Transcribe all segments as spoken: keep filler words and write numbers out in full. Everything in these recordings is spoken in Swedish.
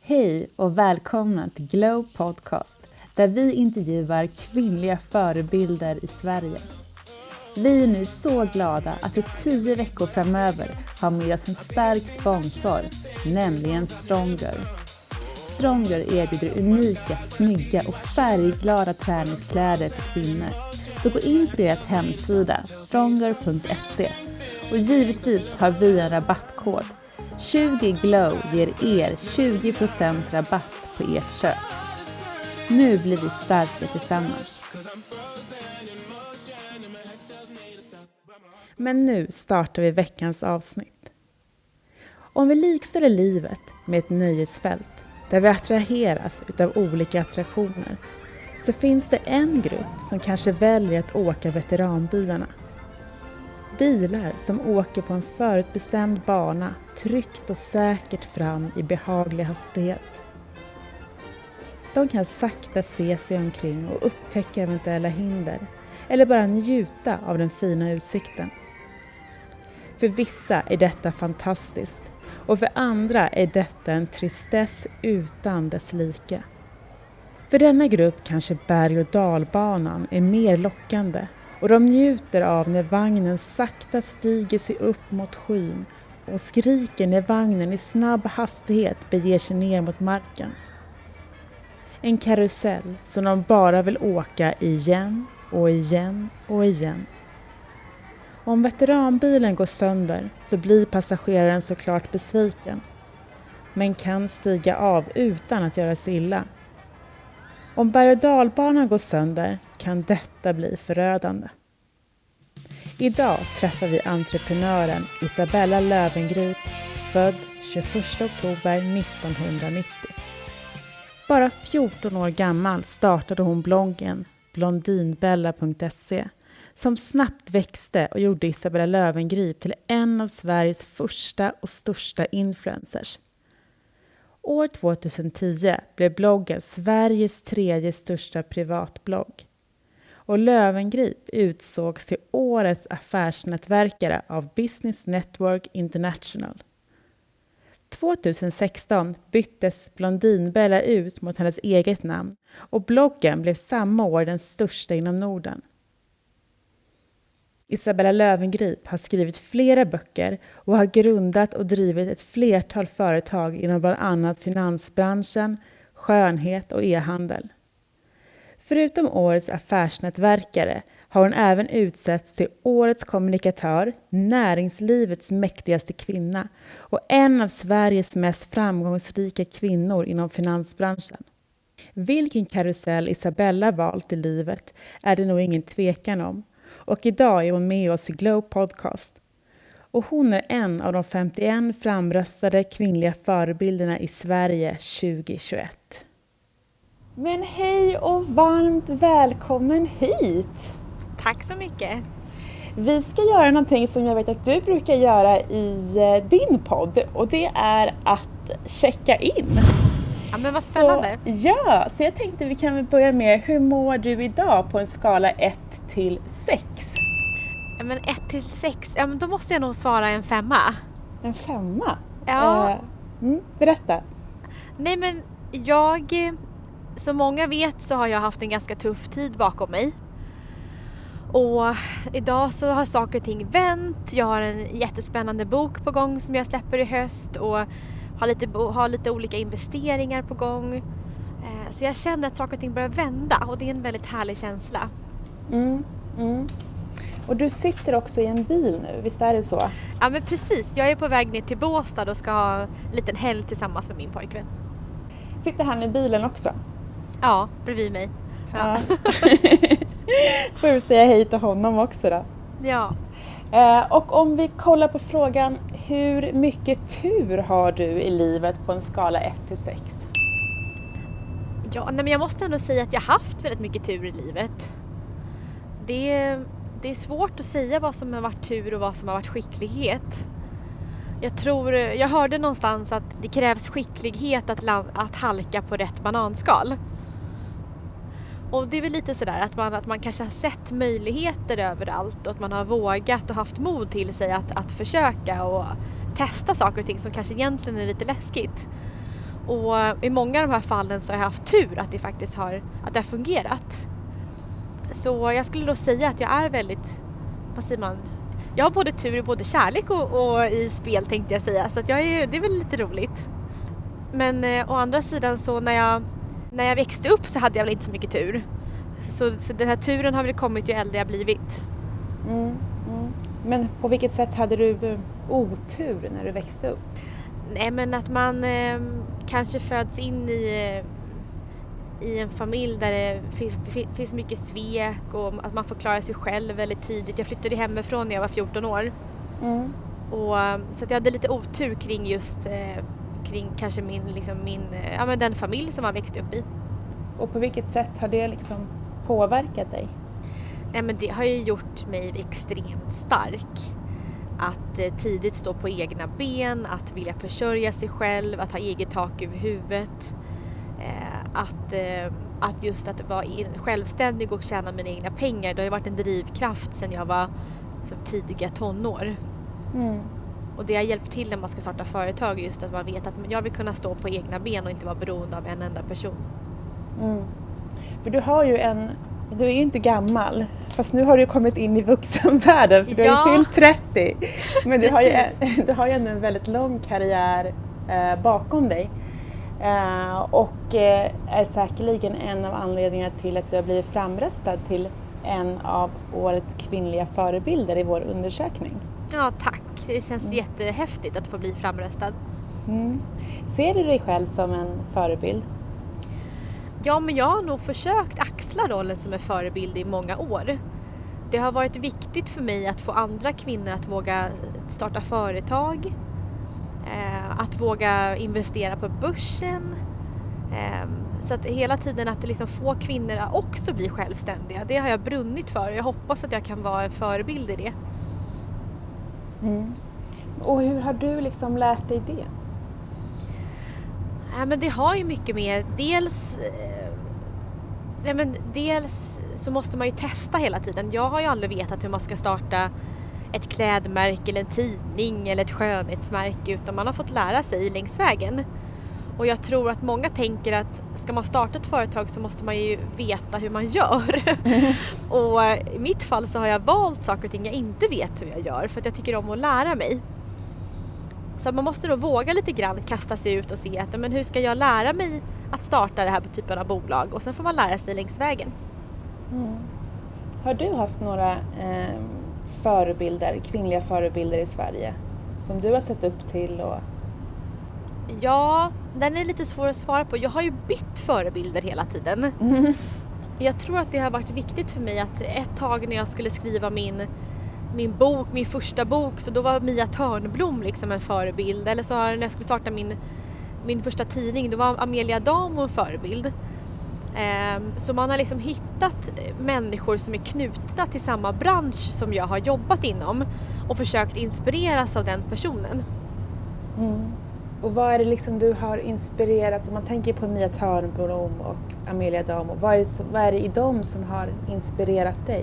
Hej och välkomna till Glow Podcast, där vi intervjuar kvinnliga förebilder i Sverige. Vi är nu så glada att i tio veckor framöver har med oss en stark sponsor, nämligen Stronger. Stronger erbjuder unika, snygga och färgglada träningskläder för kvinnor. Så gå in på deras hemsida stronger punkt se och givetvis har vi en rabattkod. tjugo glow ger er tjugo procent rabatt på ert köp. Nu blir vi starka tillsammans. Men nu startar vi veckans avsnitt. Om vi likställer livet med ett nöjesfält där vi attraheras utav olika attraktioner, så finns det en grupp som kanske väljer att åka veteranbilarna. Bilar som åker på en förutbestämd bana tryggt och säkert fram i behaglig hastighet. De kan sakta se sig omkring och upptäcka eventuella hinder eller bara njuta av den fina utsikten. För vissa är detta fantastiskt och för andra är detta en tristess utan dess like. För denna grupp kanske berg- och dalbanan är mer lockande och de njuter av när vagnen sakta stiger sig upp mot skyn och skriker när vagnen i snabb hastighet beger sig ner mot marken. En karusell som de bara vill åka igen och igen och igen. Om veteranbilen går sönder så blir passageraren såklart besviken, men kan stiga av utan att göra sig illa. Om berg- och dalbanan går sönder kan detta bli förödande. Idag träffar vi entreprenören Isabella Löwengrip, född tjugoförsta oktober nittonhundranittio. Bara fjorton år gammal startade hon bloggen blondinbella punkt se som snabbt växte och gjorde Isabella Löwengrip till en av Sveriges första och största influencers. År tjugohundratio blev bloggen Sveriges tredje största privatblogg. Och Löwengrip utsågs till årets affärsnätverkare av Business Network International. tjugohundrasexton byttes Blondinbella ut mot hennes eget namn och bloggen blev samma år den största inom Norden. Isabella Löwengrip har skrivit flera böcker och har grundat och drivit ett flertal företag inom bland annat finansbranschen, skönhet och e-handel. Förutom årets affärsnätverkare har hon även utsetts till årets kommunikatör, näringslivets mäktigaste kvinna och en av Sveriges mest framgångsrika kvinnor inom finansbranschen. Vilken karusell Isabella valt i livet är det nog ingen tvekan om. Och idag är hon med oss i Glow Podcast. Och hon är en av de femtioen framröstade kvinnliga förebilderna i Sverige tjugohundratjugoett. Men hej och varmt välkommen hit! Tack så mycket! Vi ska göra någonting som jag vet att du brukar göra i din podd. Och det är att checka in. Ja, men vad spännande! Så, ja, så jag tänkte vi kan börja med, hur mår du idag på en skala ett till sex? Ja, men ett till sex, ja, men då måste jag nog svara en femma. En femma? Ja. Eh, mm, berätta. Nej, men jag, som många vet så har jag haft en ganska tuff tid bakom mig. Och idag så har saker och ting vänt. Jag har en jättespännande bok på gång som jag släpper i höst och har lite, har lite olika investeringar på gång. Så jag känner att saker och ting börjar vända och det är en väldigt härlig känsla. Mm, mm. Och du sitter också i en bil nu, visst är det så? Ja, men precis, jag är på väg ner till Båstad och ska ha en liten helg tillsammans med min pojkvän. Sitter han i bilen också? Ja, bredvid mig. Ja. Ja. Får vi säga hej till honom också då. Ja. Eh, och om vi kollar på frågan, hur mycket tur har du i livet på en skala ett till sex? Ja, nej, men jag måste ändå säga att jag har haft väldigt mycket tur i livet. Det är, det är svårt att säga vad som har varit tur och vad som har varit skicklighet. Jag tror, jag hörde någonstans att det krävs skicklighet att, att halka på rätt bananskal. Och det är väl lite sådär att man, att man kanske har sett möjligheter överallt och att man har vågat och haft mod till sig att, att försöka och testa saker och ting som kanske egentligen är lite läskigt. Och i många av de här fallen så har jag haft tur att det faktiskt har, att det har fungerat. Så jag skulle då säga att jag är väldigt, vad säger man, jag har både tur i både kärlek och, och i spel tänkte jag säga. Så att jag är, det är väl lite roligt. Men eh, å andra sidan så när jag, när jag växte upp så hade jag väl inte så mycket tur. Så, så den här turen har väl kommit ju äldre jag blivit. Mm, mm. Men på vilket sätt hade du otur när du växte upp? Nej, men att man eh, kanske föds in i, i en familj där det f- f- finns mycket svek och att man får klara sig själv väldigt tidigt. Jag flyttade hemifrån när jag var fjorton år. Mm. Och, så att jag hade lite otur kring just eh, kring kanske min, liksom min, ja, men den familj som man växte upp i. Och på vilket sätt har det liksom påverkat dig? Nej, men det har ju gjort mig extremt stark. Att eh, tidigt stå på egna ben, att vilja försörja sig själv, att ha eget tak över huvudet. Eh, att, eh, att just att vara in, självständig och tjäna mina egna pengar, det har ju varit en drivkraft sedan jag var som tidiga tonår. Mm. Och det har hjälpt till när man ska starta företag, just att man vet att jag vill kunna stå på egna ben och inte vara beroende av en enda person. Mm. För du har ju en, du är ju inte gammal, fast nu har du kommit in i vuxenvärlden för du ja. har ju fyllt trettio. Men du har ju, du har ju en väldigt lång karriär eh, bakom dig. Eh, och eh, är säkerligen en av anledningarna till att du har blivit framröstad till en av årets kvinnliga förebilder i vår undersökning. Ja, tack. Det känns mm. jättehäftigt att få bli framröstad. Mm. Ser du dig själv som en förebild? Ja, men jag har nog försökt axla rollen som en förebild i många år. Det har varit viktigt för mig att få andra kvinnor att våga starta företag, eh, att våga investera på börsen. Eh, så att hela tiden att liksom få kvinnor att också bli självständiga, det har jag brunnit för. Jag hoppas att jag kan vara en förebild i det. Mm. Och hur har du liksom lärt dig det? Ja, men det har ju mycket med, dels, eh, ja, men dels så måste man ju testa hela tiden. Jag har ju aldrig vetat hur man ska starta ett klädmärke eller en tidning eller ett skönhetsmärke, utan man har fått lära sig längs vägen. Och jag tror att många tänker att ska man starta ett företag så måste man ju veta hur man gör. Mm. Och i mitt fall så har jag valt saker och ting jag inte vet hur jag gör, för att jag tycker om att lära mig. Så man måste då våga lite grann kasta sig ut och se att men hur ska jag lära mig att starta det här typen av bolag, och sen får man lära sig längs vägen. Mm. Har du haft några eh, förebilder, kvinnliga förebilder i Sverige som du har sett upp till? Och... Ja, den är lite svår att svara på. Jag har ju bytt förebilder hela tiden. Mm. Jag tror att det har varit viktigt för mig att ett tag när jag skulle skriva min min bok, min första bok, så då var Mia Törnblom liksom en förebild. Eller så när jag skulle starta min, min första tidning, då var Amelia Damo en förebild. Um, så man har liksom hittat människor som är knutna till samma bransch som jag har jobbat inom och försökt inspireras av den personen. Mm. Och vad är det liksom du har inspirerats, om man tänker på Mia Törnblom och Amelia Damo, vad är, det, vad är det i dem som har inspirerat dig?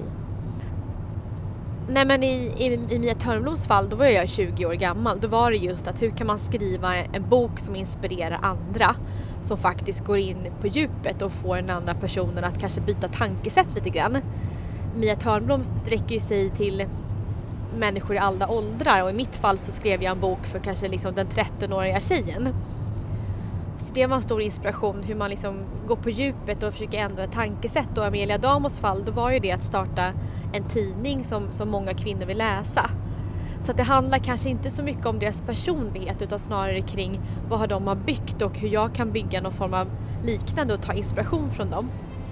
Nej, men i, i, i Mia Törnbloms fall, då var jag tjugo år gammal. Då var det just att hur kan man skriva en bok som inspirerar andra, som faktiskt går in på djupet och får den andra personen att kanske byta tankesätt lite grann. Mia Törnblom sträcker ju sig till människor i alla åldrar, och i mitt fall så skrev jag en bok för kanske liksom den trettonåriga tjejen. Så det var en stor inspiration, hur man liksom går på djupet och försöker ändra tankesätt. Och Amelia Damos fall, då var ju det att starta en tidning som, som många kvinnor vill läsa. Så att det handlar kanske inte så mycket om deras personlighet, utan snarare kring vad har de har byggt och hur jag kan bygga någon form av liknande och ta inspiration från dem.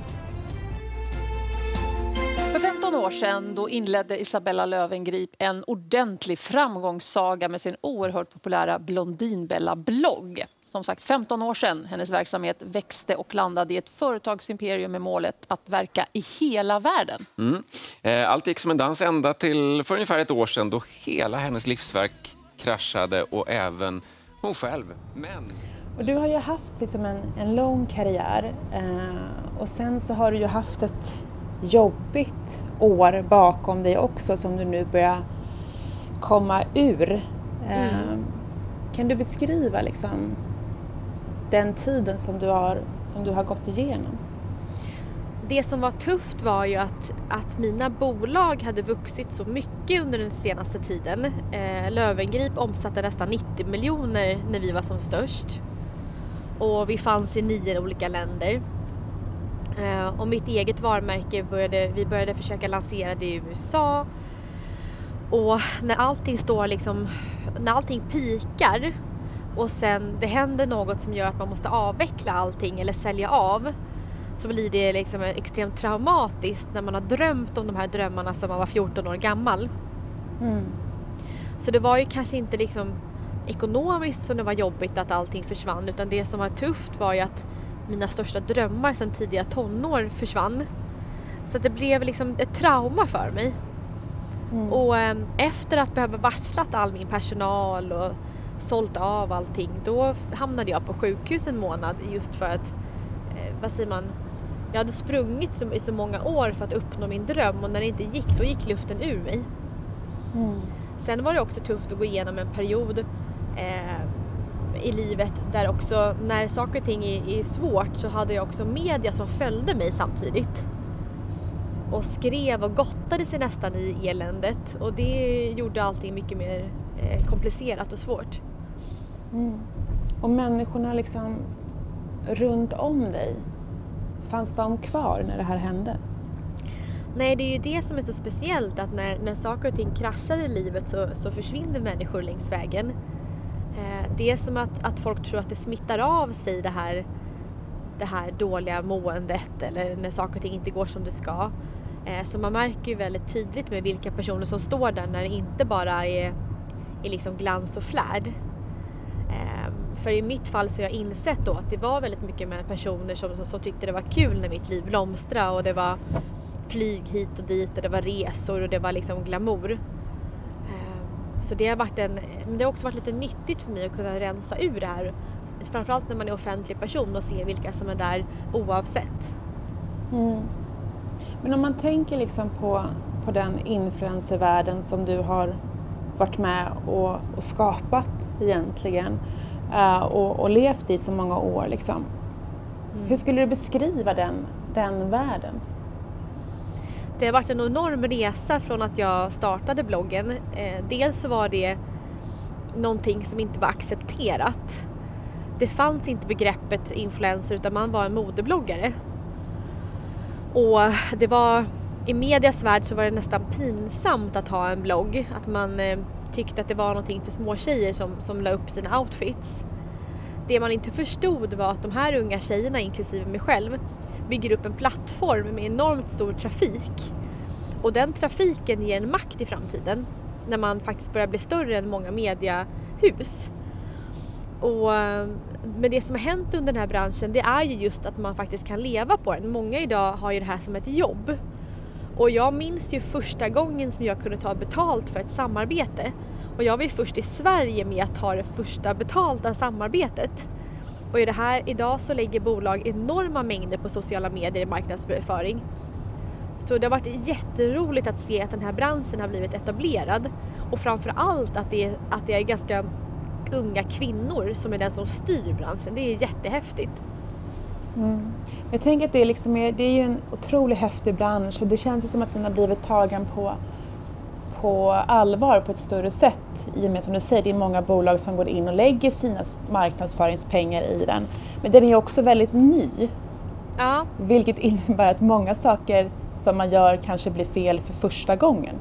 För femton år sedan då inledde Isabella Löwengrip en ordentlig framgångssaga med sin oerhört populära Blondinbella-blogg. Som sagt, femton år sedan hennes verksamhet växte och landade i ett företagsimperium med målet att verka i hela världen. Mm. Allt gick som en dans ända till för ungefär ett år sedan då hela hennes livsverk kraschade, och även hon själv. Men... Och du har ju haft liksom en, en lång karriär eh, och sen så har du ju haft ett jobbigt år bakom dig också som du nu börjar komma ur. Eh, mm. Kan du beskriva liksom den tiden som du har, som du har gått igenom? Det som var tufft var ju att, att mina bolag hade vuxit så mycket under den senaste tiden. Eh, Löwengrip omsatte nästan nittio miljoner när vi var som störst. Och vi fanns i nio olika länder. Eh, och mitt eget varumärke började, vi började försöka lansera det i U S A. Och när allting står liksom, när allting pikar och sen det händer något som gör att man måste avveckla allting eller sälja av, så blir det liksom extremt traumatiskt när man har drömt om de här drömmarna som man var fjorton år gammal. Mm. Så det var ju kanske inte liksom ekonomiskt som det var jobbigt att allting försvann, utan det som var tufft var ju att mina största drömmar sedan tidiga tonår försvann. Så det blev liksom ett trauma för mig. Mm. Och eh, efter att behöva varslat all min personal och sålt av allting, då hamnade jag på sjukhus en månad just för att, eh, vad säger man, jag hade sprungit så, i så många år för att uppnå min dröm, och när det inte gick, då gick luften ur mig. Mm. Sen var det också tufft att gå igenom en period eh, i livet där också, när saker och ting är, är svårt, så hade jag också media som följde mig samtidigt. Och skrev och gottade sig nästan i eländet. Och det gjorde allting mycket mer eh, komplicerat och svårt. Mm. Och människorna liksom runt om dig, fanns de kvar när det här hände? Nej, det är ju det som är så speciellt, att när, när saker och ting kraschar i livet så, så försvinner människor längs vägen. Eh, det är som att, att folk tror att det smittar av sig det här, det här dåliga måendet, eller när saker och ting inte går som det ska. Eh, så man märker ju väldigt tydligt med vilka personer som står där när det inte bara är, är liksom glans och flärd. Eh, för i mitt fall så har jag insett då att det var väldigt mycket med personer som, som, som tyckte det var kul när mitt liv blomstrade, och det var flyg hit och dit och det var resor och det var liksom glamour. Eh, så det har varit en, men det har också varit lite nyttigt för mig att kunna rensa ur det här. Framförallt när man är offentlig person, och se vilka som är där oavsett. Mm. Men om man tänker liksom på, på den influencervärlden som du har varit med och, och skapat egentligen uh, och, och levt i så många år. Liksom. Mm. Hur skulle du beskriva den, den världen? Det har varit en enorm resa från att jag startade bloggen. Eh, dels så var det någonting som inte var accepterat. Det fanns inte begreppet influencer, utan man var en modebloggare. Och det var, i medias värld så var det nästan pinsamt att ha en blogg. Att man eh, tyckte att det var någonting för små tjejer som, som la upp sina outfits. Det man inte förstod var att de här unga tjejerna, inklusive mig själv, bygger upp en plattform med enormt stor trafik. Och den trafiken ger en makt i framtiden, när man faktiskt börjar bli större än många mediahus. Och, men det som har hänt under den här branschen, det är ju just att man faktiskt kan leva på den. Många idag har ju det här som ett jobb. Och jag minns ju första gången som jag kunde ta betalt för ett samarbete. Och jag var ju först i Sverige med att ta det första betalda samarbetet. Och i det här, idag så lägger bolag enorma mängder på sociala medier i marknadsföring. Så det har varit jätteroligt att se att den här branschen har blivit etablerad. Och framför allt att det är, att det är ganska unga kvinnor som är den som styr branschen. Det är jättehäftigt. Mm. Jag tänker att det är, liksom, det är ju en otroligt häftig bransch, och det känns som att den har blivit tagen på, på allvar på ett större sätt, i och med, som du säger, det är många bolag som går in och lägger sina marknadsföringspengar i den. Men den är också väldigt ny. Ja. Vilket innebär att många saker som man gör kanske blir fel för första gången.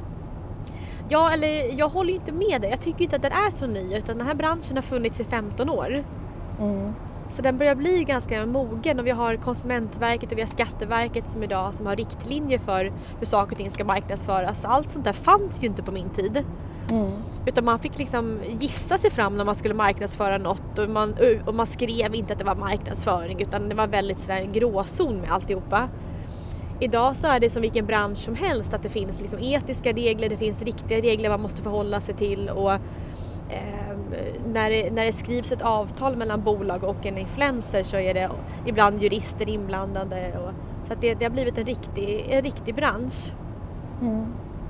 Ja, eller jag håller inte med dig. Jag tycker inte att den är så ny, utan den här branschen har funnits i femton år. Mm. Så den börjar bli ganska mogen, och vi har Konsumentverket och vi har Skatteverket som idag som har riktlinjer för hur saker och ting ska marknadsföras. Allt sånt där fanns ju inte på min tid. Mm. Utan man fick liksom gissa sig fram när man skulle marknadsföra något, och man, och man skrev inte att det var marknadsföring, utan det var väldigt sådär gråzon med alltihopa. Idag så är det som vilken bransch som helst, att det finns liksom etiska regler, det finns riktiga regler man måste förhålla sig till, och eh, när, det, när det skrivs ett avtal mellan bolag och en influencer så är det ibland jurister inblandade, och, så att det, det har blivit en riktig, en riktig bransch. Mm.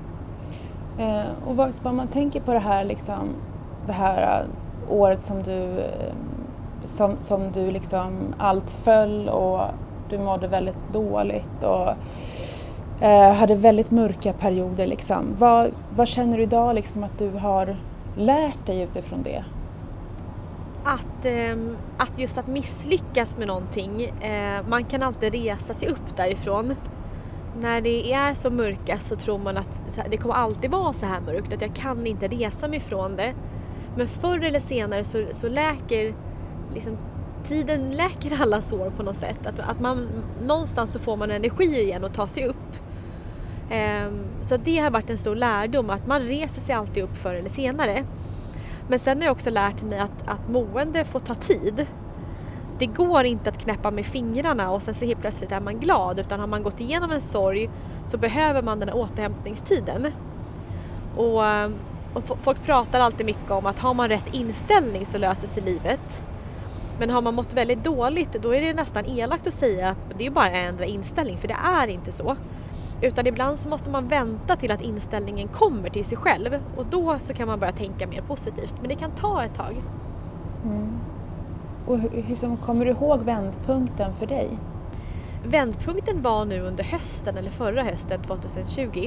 Eh, och vad, vad man tänker på det här, liksom, det här året som du eh, som, som du liksom allt föll och du mådde väldigt dåligt och eh, hade väldigt mörka perioder liksom. Vad, vad känner du idag liksom att du har lärt dig utifrån det? Att, eh, att just att misslyckas med någonting, eh, man kan alltid resa sig upp därifrån. När det är så mörkast så tror man att det kommer alltid vara så här mörkt, att jag kan inte resa mig ifrån det. Men förr eller senare så, så läker liksom, tiden läker alla sår på något sätt. Att, att man, någonstans så får man energi igen och ta sig upp. Um, så det har varit en stor lärdom, att man reser sig alltid upp förr eller senare. Men sen har jag också lärt mig att, att mående får ta tid. Det går inte att knäppa med fingrarna och sen så helt plötsligt är man glad, utan har man gått igenom en sorg så behöver man den här återhämtningstiden. Och, och folk pratar alltid mycket om att har man rätt inställning så löser sig livet. Men har man mått väldigt dåligt, då är det nästan elakt att säga att det är bara att ändra inställning, för det är inte så. Utan ibland så måste man vänta till att inställningen kommer till sig själv, och då så kan man börja tänka mer positivt. Men det kan ta ett tag. Mm. Och hur, hur kommer du ihåg vändpunkten för dig? Vändpunkten var nu under hösten, eller förra hösten tjugohundratjugo.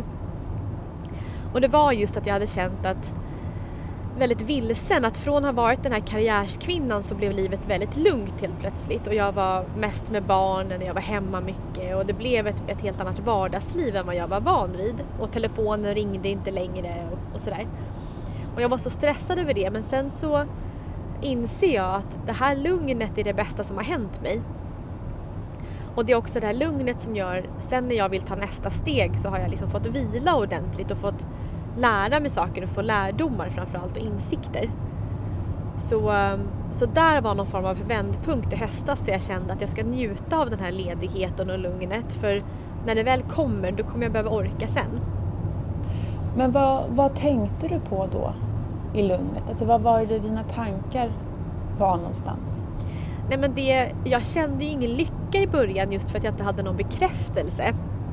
Och det var just att jag hade känt att väldigt vilsen, att från att ha varit den här karriärskvinnan så blev livet väldigt lugnt helt plötsligt. Och jag var mest med barnen, jag var hemma mycket och det blev ett, ett helt annat vardagsliv än vad jag var van vid. Och telefonen ringde inte längre och, och sådär. Och jag var så stressad över det, men sen så inser jag att det här lugnet är det bästa som har hänt mig. Och det är också det här lugnet som gör, sen när jag vill ta nästa steg så har jag liksom fått vila ordentligt och fått lära mig saker och få lärdomar framförallt och insikter. Så, så där var någon form av vändpunkt i höstas där jag kände att jag ska njuta av den här ledigheten och lugnet, för när det väl kommer då kommer jag behöva orka sen. Men vad, vad tänkte du på då i lugnet? Alltså vad var det dina tankar var någonstans? Nej, men det, jag kände ju ingen lycka i början just för att jag inte hade någon bekräftelse.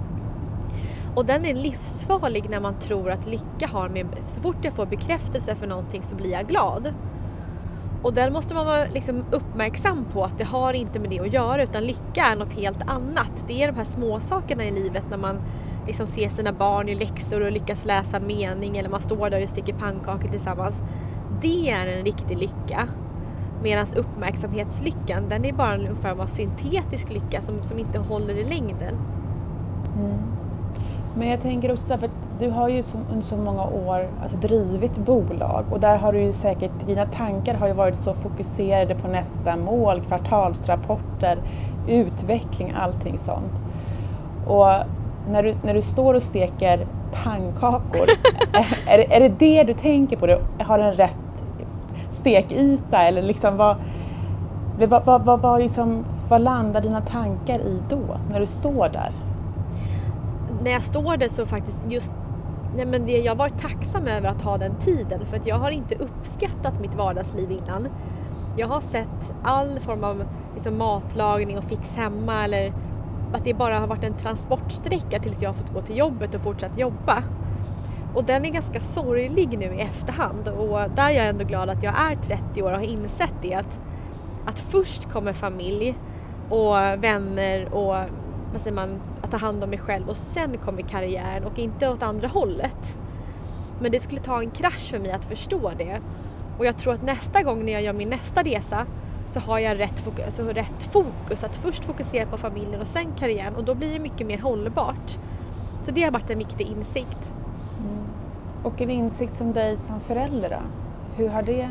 Och den är livsfarlig när man tror att lycka har med, så fort jag får bekräftelse för någonting så blir jag glad. Och den måste man vara liksom uppmärksam på, att det har inte med det att göra, utan lycka är något helt annat. Det är de här små sakerna i livet, när man liksom ser sina barn i läxor och lyckas läsa en mening, eller man står där och sticker pannkakor tillsammans. Det är en riktig lycka. Medan uppmärksamhetslyckan, den är bara en form av syntetisk lycka som, som inte håller i längden. Mm. Men jag tänker också för att du har ju så, under så många år alltså, drivit bolag, och där har du ju säkert, dina tankar har ju varit så fokuserade på nästa mål, kvartalsrapporter, utveckling, allting sånt. Och när du, när du står och steker pannkakor, är, är, är det det du tänker på? Du har en rätt stekyta, eller liksom vad, vad, vad, vad, vad, liksom, vad landar dina tankar i då, när du står där? När jag står där så faktiskt just, nej men det, jag har varit tacksam över att ha den tiden, för att jag har inte uppskattat mitt vardagsliv innan. Jag har sett all form av liksom, matlagning och fix hemma, eller att det bara har varit en transportsträcka tills jag har fått gå till jobbet och fortsatt jobba. Och den är ganska sorglig nu i efterhand, och där är jag ändå glad att jag är trettio år och har insett det, att, att först kommer familj och vänner och vad säger man, att ta hand om mig själv, och sen kommer karriären, och inte åt andra hållet. Men det skulle ta en krasch för mig att förstå det. Och jag tror att nästa gång när jag gör min nästa resa så har jag rätt fokus, alltså rätt fokus, att först fokusera på familjen och sen karriären, och då blir det mycket mer hållbart. Så det har varit en viktig insikt. Mm. Och en insikt som dig som förälder då? Hur har det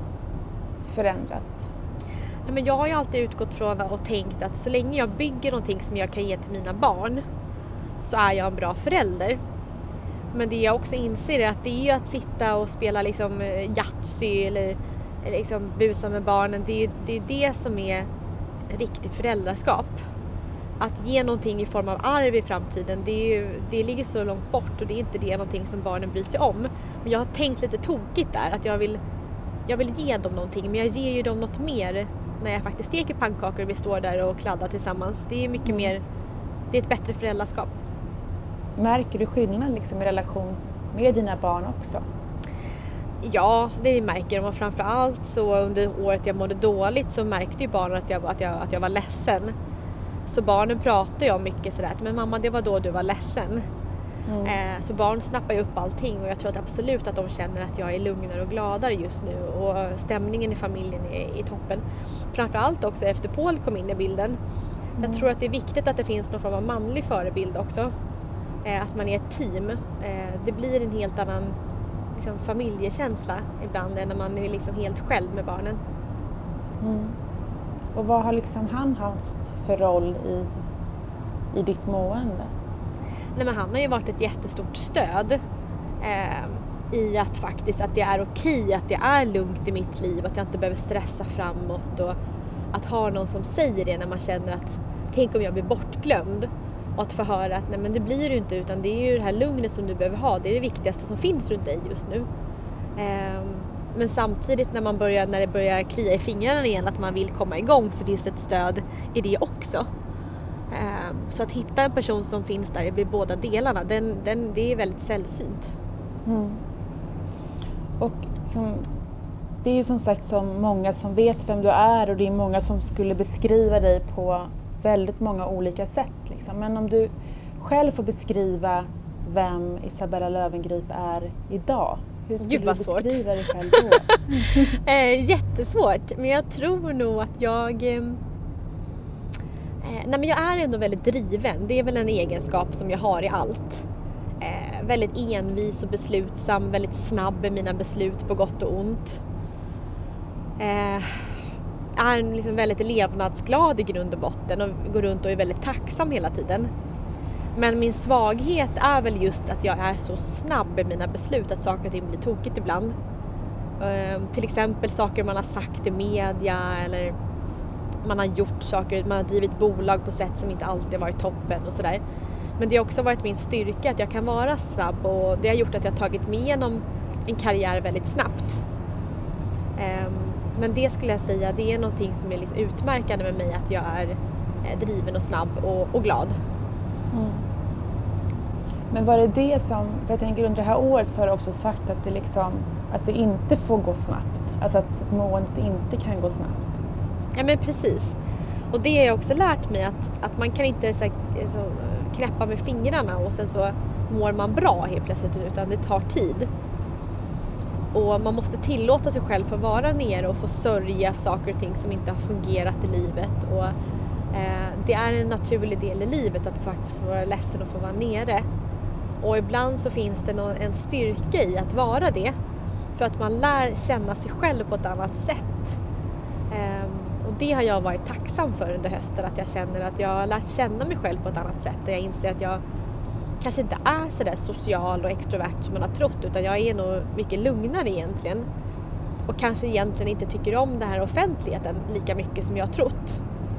förändrats? Men jag har ju alltid utgått från och tänkt att så länge jag bygger någonting som jag kan ge till mina barn så är jag en bra förälder. Men det jag också inser är att det är ju att sitta och spela liksom Yatzy eller, eller liksom busa med barnen. Det är det, är det som är riktigt föräldraskap. Att ge någonting i form av arv i framtiden, det, är ju, det ligger så långt bort, och det är inte det någonting som barnen bryr sig om. Men jag har tänkt lite tokigt där, att jag vill, jag vill ge dem någonting, men jag ger ju dem något mer när jag faktiskt steker pannkakor och vi står där och kladdar tillsammans. Det är mycket mm. mer, det är ett bättre föräldraskap. Märker du skillnad liksom i relation med dina barn också? Ja, det märker de, och framförallt så under året jag mådde dåligt så märkte ju barnen att jag, att jag, att jag var ledsen. Så barnen pratade ju om mycket sådär, men mamma, det var då du var ledsen. Mm. Eh, så barn snappar ju upp allting, och jag tror att absolut att de känner att jag är lugnare och gladare just nu, och stämningen i familjen är i toppen. Framförallt också efter Paul kom in i bilden. Mm. Jag tror att det är viktigt att det finns någon form av manlig förebild också. Eh, att man är ett team. Eh, det blir en helt annan liksom, familjekänsla ibland än när man är liksom helt själv med barnen. Mm. Och vad har liksom han haft för roll i, i ditt mående? Nej, men han har ju varit ett jättestort stöd eh, i att faktiskt att det är okej, att det är lugnt i mitt liv, att jag inte behöver stressa framåt, och att ha någon som säger det när man känner att tänk om jag blir bortglömd, och att få höra att nej, men det blir du inte, utan det är ju det här lugnet som du behöver ha, det är det viktigaste som finns runt dig just nu. Eh, men samtidigt när man börjar, när det börjar klia i fingrarna igen, att man vill komma igång, så finns det ett stöd i det också. Så att hitta en person som finns där vid båda delarna, den, den, det är väldigt sällsynt. Mm. Och som, det är ju som sagt så många som vet vem du är, och det är många som skulle beskriva dig på väldigt många olika sätt. Liksom. Men om du själv får beskriva vem Isabella Löwengrip är idag, hur skulle Gud, vad du svårt. beskriva dig själv då? eh, jättesvårt, men jag tror nog att jag... Eh, nej, men jag är ändå väldigt driven. Det är väl en egenskap som jag har i allt. Eh, väldigt envis och beslutsam, väldigt snabb i mina beslut på gott och ont. Eh, är liksom väldigt levnadsglad i grund och botten, och går runt och är väldigt tacksam hela tiden. Men min svaghet är väl just att jag är så snabb i mina beslut, att saker och ting blir tokigt ibland. Eh, till exempel saker man har sagt i media, eller man har gjort saker, man har drivit bolag på sätt som inte alltid varit toppen och sådär. Men det har också varit min styrka att jag kan vara snabb, och det har gjort att jag har tagit mig igenom en karriär väldigt snabbt. Um, men det skulle jag säga, det är någonting som är liksom utmärkande med mig, att jag är eh, driven och snabb och, och glad. Mm. Men var det det som, för jag tänker under det här året så har du också sagt att det, liksom, att det inte får gå snabbt, alltså att måendet inte kan gå snabbt. Ja, men precis. Och det har jag också lärt mig, att, att man kan inte så, så, knäppa med fingrarna och sen så mår man bra helt plötsligt, utan det tar tid. Och man måste tillåta sig själv för att vara nere och få sörja för saker och ting som inte har fungerat i livet. Och eh, det är en naturlig del i livet att faktiskt få vara ledsen och få vara nere. Och ibland så finns det någon, en styrka i att vara det, för att man lär känna sig själv på ett annat sätt. Eh, Och det har jag varit tacksam för under hösten, att jag känner att jag har lärt känna mig själv på ett annat sätt. Där jag inser att jag kanske inte är så där social och extrovert som man har trott, utan jag är nog mycket lugnare egentligen. Och kanske egentligen inte tycker om den här offentligheten lika mycket som jag har trott.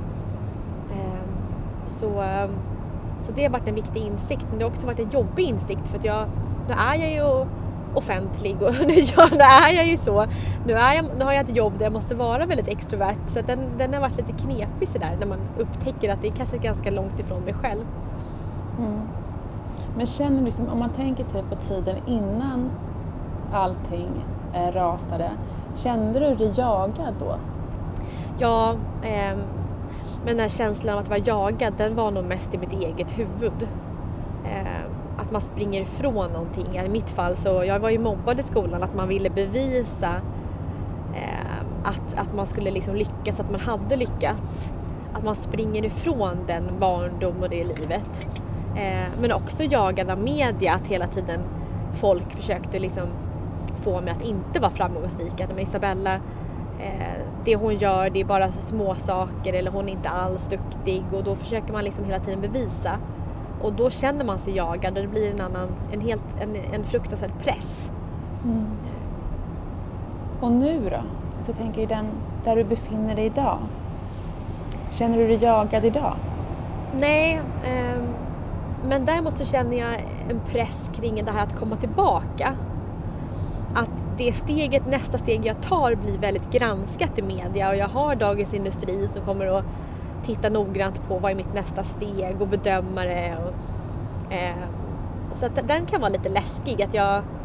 Så, så det har varit en viktig insikt, men det har också varit en jobbig insikt, för att jag, nu är jag ju offentlig, och nu, gör, nu är jag ju så. Nu, är jag, nu har jag ett jobb där jag måste vara väldigt extrovert, så att den, den har varit lite knepig så där, när man upptäcker att det är kanske ganska långt ifrån mig själv. Mm. Men känner du, liksom, om man tänker typ på tiden innan allting eh, rasade, kände du dig jagad då? Ja, eh, men den här känslan av att vara jagad, den var nog mest i mitt eget huvud. Eh, att man springer ifrån någonting. I mitt fall så, jag var ju mobbad i skolan, att man ville bevisa eh, att, att man skulle liksom lyckas, att man hade lyckats. Att man springer ifrån den barndom och det livet. Eh, men också jagad av media, att hela tiden folk försökte liksom få mig att inte vara framgångsrik. Att Isabella, eh, det hon gör, det är bara små saker, eller hon är inte alls duktig, och då försöker man liksom hela tiden bevisa. Och då känner man sig jagad, och det blir en annan, en helt, en, en fruktansvärd press. Mm. Och nu då? Så jag tänker den, där du befinner dig idag. Känner du dig jagad idag? Nej, eh, men däremot så känner jag en press kring det här att komma tillbaka. Att det steget, nästa steg jag tar blir väldigt granskat i media, och jag har Dagens Industri som kommer att titta noggrant på vad är mitt nästa steg och bedöma det. Och, eh, så att den kan vara lite läskig, att jag,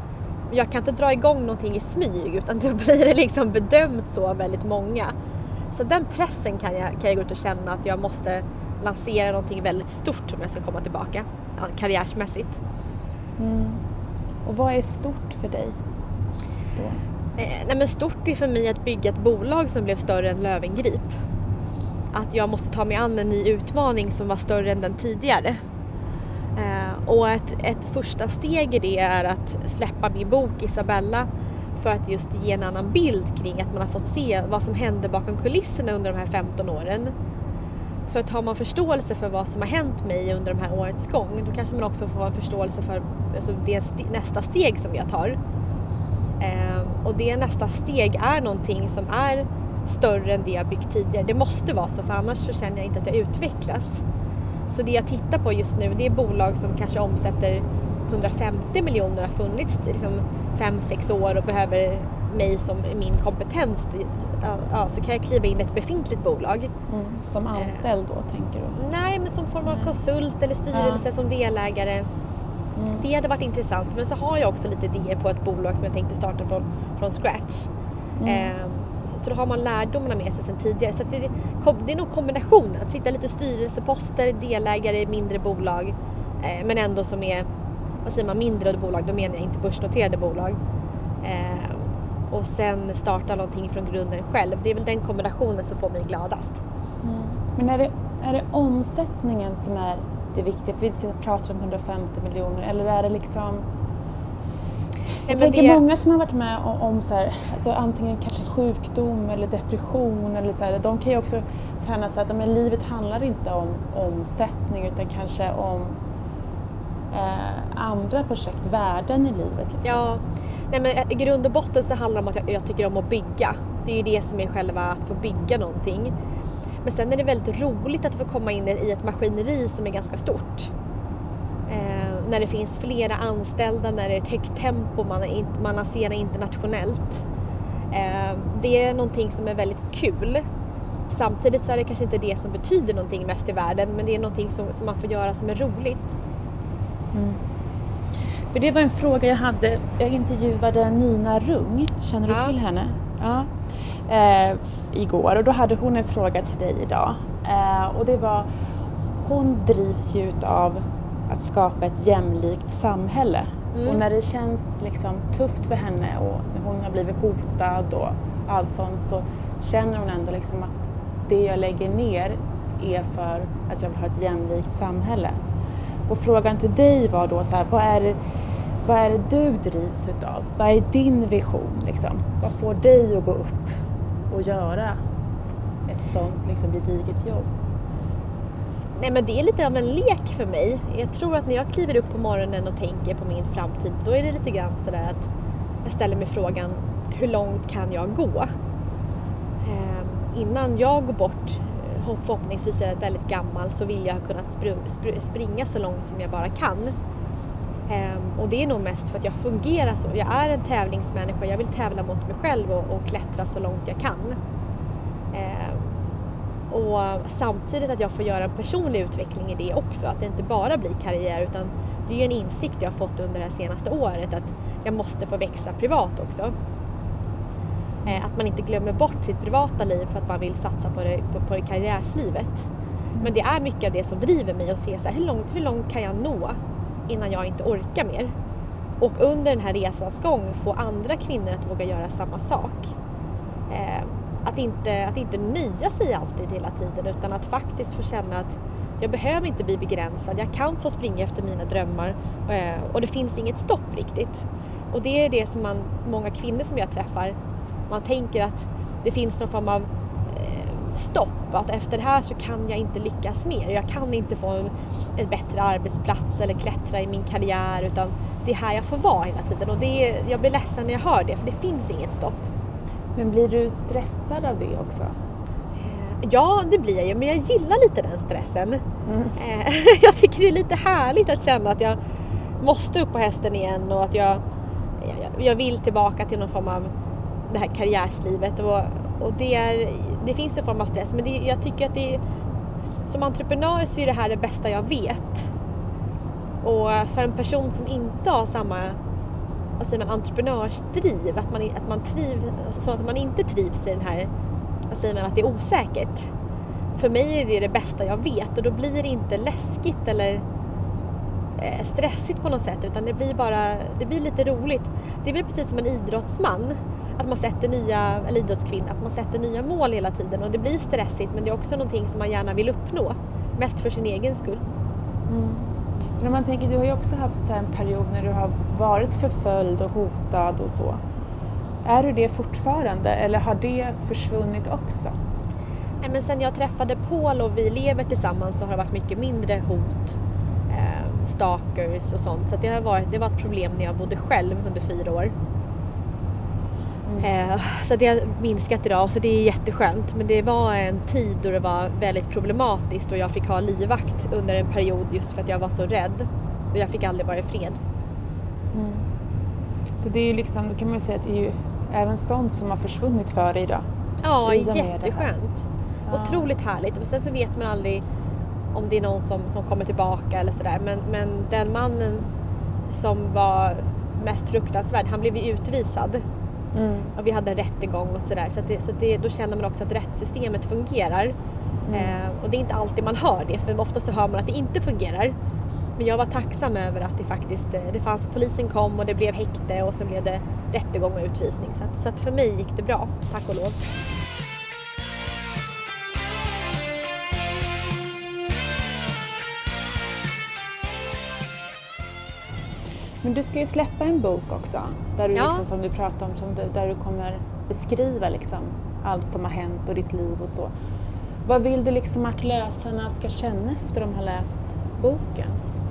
jag kan inte dra igång någonting i smyg, utan då blir det liksom bedömt så av väldigt många. Så den pressen kan jag, kan jag gå ut och känna att jag måste lansera någonting väldigt stort om jag ska komma tillbaka karriärsmässigt. Mm. Och vad är stort för dig då? Eh, nej men stort är för mig att bygga ett bolag som blev större än Löwengrip. Att jag måste ta mig an en ny utmaning som var större än den tidigare. Eh, och ett, ett första steg i det är att släppa min bok Isabella, för att just ge en annan bild kring att man har fått se vad som hände bakom kulisserna under de här femton åren. För att har man förståelse för vad som har hänt mig under de här årets gång, då kanske man också får en förståelse för alltså det st- nästa steg som jag tar. Eh, och det nästa steg är någonting som är större än det jag byggt tidigare. Det måste vara så, för annars så känner jag inte att jag utvecklas. Så det jag tittar på just nu, det är bolag som kanske omsätter hundrafemtio miljoner, har funnits liksom fem sex år och behöver mig som min kompetens. Ja, så kan jag kliva in i ett befintligt bolag. Mm, som anställd då, eh, tänker du? Nej, men som form av konsult eller styrelse, ja. Som delägare. Mm. Det hade varit intressant, men så har jag också lite idéer på ett bolag som jag tänkte starta från, från scratch. Mm. Eh, så då har man lärdomarna med sig sedan tidigare. Så det, det är nog kombinationen, att sitta lite styrelseposter, delägare i mindre bolag, eh, men ändå som är, vad säger man, mindre bolag, då menar jag inte börsnoterade bolag. Eh, och sen starta någonting från grunden själv. Det är väl den kombinationen som får mig gladast. Mm. Men är det, är det omsättningen som är det viktiga? För vi pratar om hundrafemtio miljoner, eller är det liksom... Jag Nej, tänker det... många som har varit med om, om så här, alltså antingen kanske sjukdom eller depression eller så här, de kan ju också känna så att men livet handlar inte om omsättning, utan kanske om eh, andra projekt, värden i livet. Liksom. Ja, nej, men i grund och botten så handlar det om att jag, jag tycker om att bygga. Det är ju det som är själva att få bygga någonting. Men sen är det väldigt roligt att få komma in i ett maskineri som är ganska stort. Eh, när det finns flera anställda, när det är ett högt tempo, man, man lanserar internationellt. Eh, det är någonting som är väldigt kul. Samtidigt så är det kanske inte det som betyder någonting mest i världen, men det är någonting som, som man får göra som är roligt. Mm. För det var en fråga jag hade. Jag intervjuade Nina Rung. Känner du ja. till henne? Ja. Eh, igår, och då hade hon en fråga till dig idag. Eh, och det var, hon drivs ju av att skapa ett jämlikt samhälle. Mm. Och när det känns liksom tufft för henne och när hon har blivit hotad och allt sånt, så känner hon ändå liksom att det jag lägger ner är för att jag vill ha ett jämlikt samhälle. Och frågan till dig var då så här, vad är det, vad är det du drivs utav? Vad är din vision liksom? Vad får dig att gå upp och göra ett sånt liksom gediget jobb? Nej, men det är lite av en lek för mig. Jag tror att när jag kliver upp på morgonen och tänker på min framtid, då är det lite grann sådär att jag ställer mig frågan, hur långt kan jag gå? Eh, innan jag går bort, förhoppningsvis är jag väldigt gammal, så vill jag ha kunnat spr- spr- springa så långt som jag bara kan. Eh, och det är nog mest för att jag fungerar så. Jag är en tävlingsmänniska, jag vill tävla mot mig själv och, och klättra så långt jag kan. Eh, Och samtidigt att jag får göra en personlig utveckling i det också. Att det inte bara blir karriär, utan det är ju en insikt jag har fått under det här senaste året. Att jag måste få växa privat också. Eh, att man inte glömmer bort sitt privata liv för att man vill satsa på det, på, på det karriärslivet. Men det är mycket av det som driver mig att se så här, hur långt, hur långt kan jag nå innan jag inte orkar mer. Och under den här resans gång få andra kvinnor att våga göra samma sak. Eh, Att inte, att inte nöja sig alltid hela tiden, utan att faktiskt få känna att jag behöver inte bli begränsad. Jag kan få springa efter mina drömmar och det finns inget stopp riktigt. Och det är det som man, många kvinnor som jag träffar, man tänker att det finns någon form av stopp. Att efter det här så kan jag inte lyckas mer. Jag kan inte få en, en bättre arbetsplats eller klättra i min karriär, utan det är här jag får vara hela tiden. Och det är, jag blir ledsen när jag hör det, för det finns inget stopp. Men blir du stressad av det också? Ja, det blir jag ju. Men jag gillar lite den stressen. Mm. Jag tycker det är lite härligt att känna att jag måste upp på hästen igen. Och att jag, jag, jag vill tillbaka till någon form av det här karriärslivet. Och, och det, är, det finns en form av stress. Men det, jag tycker att det, som entreprenör så är det här det bästa jag vet. Och för en person som inte har samma vad säger man, entreprenörsdriv. Att man, att man trivs, så att man inte trivs i den här, vad säger man, att det är osäkert. För mig är det det bästa jag vet och då blir det inte läskigt eller eh, stressigt på något sätt, utan det blir bara, det blir lite roligt. Det blir precis som en idrottsman, att man sätter nya, eller idrottskvinna, att man sätter nya mål hela tiden och det blir stressigt, men det är också någonting som man gärna vill uppnå, mest för sin egen skull. Mm. Men om man tänker, du har ju också haft så här en period när du har varit förföljd och hotad och så. Är du det fortfarande eller har det försvunnit också? Nej, men sen jag träffade Paul och vi lever tillsammans så har det varit mycket mindre hot, eh, stalkers och sånt. Så att det, har varit, det var ett problem när jag bodde själv under fyra år. Mm. Eh, så det har minskat idag, så det är jätteskönt. Men det var en tid då det var väldigt problematiskt och jag fick ha livvakt under en period just för att jag var så rädd. Och jag fick aldrig vara i fred. Mm. Så det är ju liksom, då kan man ju säga att det är ju även sånt som har försvunnit för dig idag. Ja, jätteskönt. Ja. Otroligt härligt. Och sen så vet man aldrig om det är någon som, som kommer tillbaka eller sådär. Men, men den mannen som var mest fruktansvärd, han blev ju utvisad. Mm. Och vi hade en rättegång och sådär. Så, att det, så att det, då känner man också att rättssystemet fungerar. Mm. Eh, och det är inte alltid man hör det. För ofta så hör man att det inte fungerar. Men jag var tacksam över att det faktiskt, det fanns, polisen kom och det blev häkte och sen blev det rättegång och utvisning. Så att, så att för mig gick det bra, tack och lov. Men du ska ju släppa en bok också, där du ja. liksom, som du pratar om, som du, där du kommer beskriva liksom allt som har hänt och ditt liv och så. Vad vill du liksom att läsarna ska känna efter de har läst boken?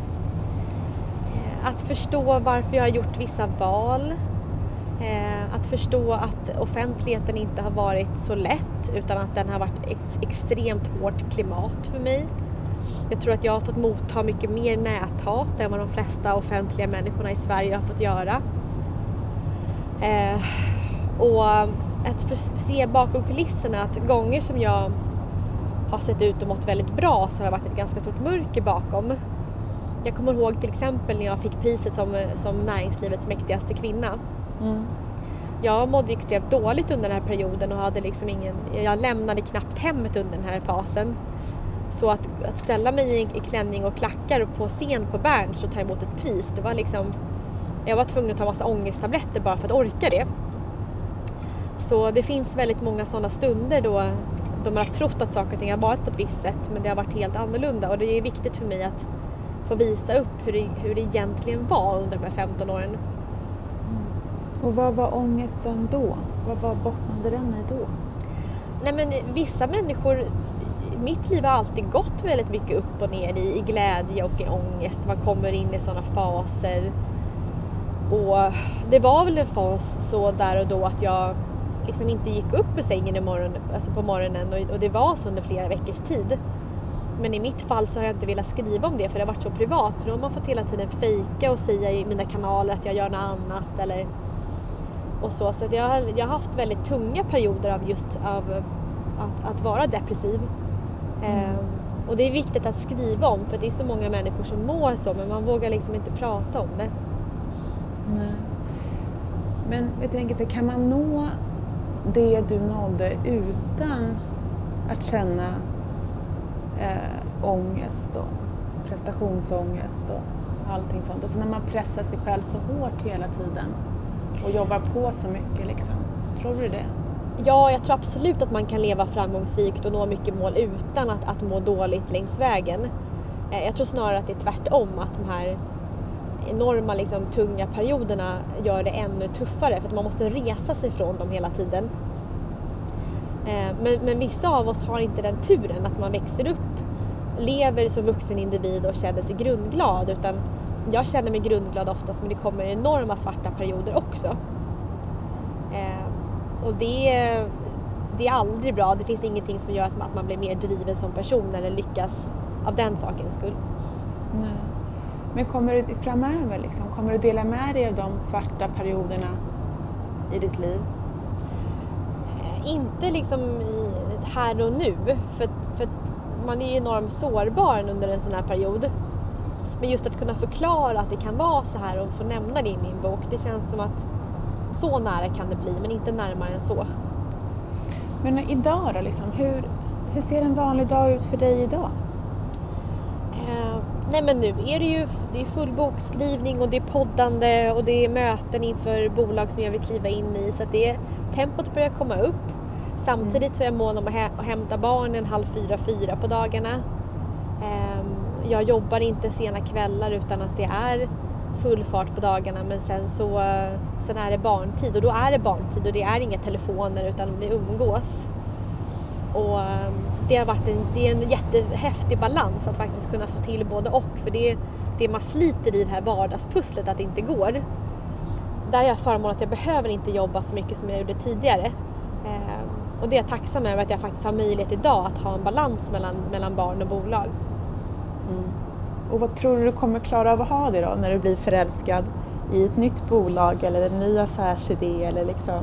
Att förstå varför jag har gjort vissa val. Att förstå att offentligheten inte har varit så lätt, utan att den har varit ex- extremt hårt klimat för mig. Jag tror att jag har fått motta mycket mer näthat än vad de flesta offentliga människorna i Sverige har fått göra. Eh, och att för, se bakom kulisserna att gånger som jag har sett ut och mått väldigt bra så har det varit ett ganska stort mörker bakom. Jag kommer ihåg till exempel när jag fick priset som, som näringslivets mäktigaste kvinna. Mm. Jag mådde extremt dåligt under den här perioden och hade liksom ingen, jag lämnade knappt hemmet under den här fasen. Så att, att ställa mig i, i klänning och klackar på scen på Berns och ta emot ett pris, det var liksom, jag var tvungen att ta massa ångesttabletter bara för att orka det. Så det finns väldigt många sådana stunder då de har trott att saker och ting har varit på ett visst sätt, men det har varit helt annorlunda, och det är viktigt för mig att få visa upp hur det, hur det egentligen var under de här femton åren. Mm. Och vad var ångesten då? Vad var bottnade den i då? Nej, men vissa människor, mitt liv har alltid gått väldigt mycket upp och ner i, i glädje och i ångest. Man kommer in i sådana faser. Och det var väl en fas så där och då att jag liksom inte gick upp ur sängen i morgon, alltså på morgonen, och, och det var så under flera veckors tid. Men i mitt fall så har jag inte velat skriva om det, för det har varit så privat, så då har man fått hela tiden fejka och säga i mina kanaler att jag gör något annat eller och så. Så jag har, jag har haft väldigt tunga perioder av just av att, att vara depressiv. Mm. Ehm, och det är viktigt att skriva om, för det är så många människor som mår så, men man vågar liksom inte prata om det. Nej. Men jag tänker så, kan man nå det du nådde utan att känna äh, ångest och prestationsångest och allting sånt? Alltså när man pressar sig själv så hårt hela tiden och jobbar på så mycket liksom. Tror du det? Ja, jag tror absolut att man kan leva framgångsrikt och nå mycket mål utan att, att må dåligt längs vägen. Jag tror snarare att det är tvärtom, att de här enorma liksom, tunga perioderna gör det ännu tuffare, för att man måste resa sig från dem hela tiden. Men, men vissa av oss har inte den turen att man växer upp, lever som vuxen individ och känner sig grundglad, utan jag känner mig grundglad oftast, men det kommer enorma svarta perioder också. Och det, det är aldrig bra. Det finns ingenting som gör att man, att man blir mer driven som person eller lyckas av den sakens skull. Nej. Men kommer du framöver liksom, kommer du dela med dig av de svarta perioderna i ditt liv? Inte liksom här och nu, för, för man är ju enormt sårbar under en sån här period. Men just att kunna förklara att det kan vara så här och få nämna det i min bok, det känns som att så nära kan det bli, men inte närmare än så. Men idag då, liksom, hur, hur ser en vanlig dag ut för dig idag? Eh, nej men nu är det ju det är full bokskrivning och det är poddande och det är möten inför bolag som jag vill kliva in i, så att det, tempot börjar komma upp. Samtidigt så är jag mån om att, hä- att hämta barnen halv fyra, fyra på dagarna. Eh, jag jobbar inte sena kvällar utan att det är full fart på dagarna, men sen så sen är det barntid och då är det barntid och det är inga telefoner utan vi umgås. Och det har varit en, det är en jättehäftig balans att faktiskt kunna få till både och, för det, det man sliter i det här vardagspusslet att det inte går. Där är jag förmån att jag behöver inte jobba så mycket som jag gjorde tidigare. Eh, och det är jag tacksam över att jag faktiskt har möjlighet idag att ha en balans mellan, mellan barn och bolag. Mm. Och vad tror du du kommer klara av att ha det då när du blir förälskad i ett nytt bolag eller en ny affärsidé eller liksom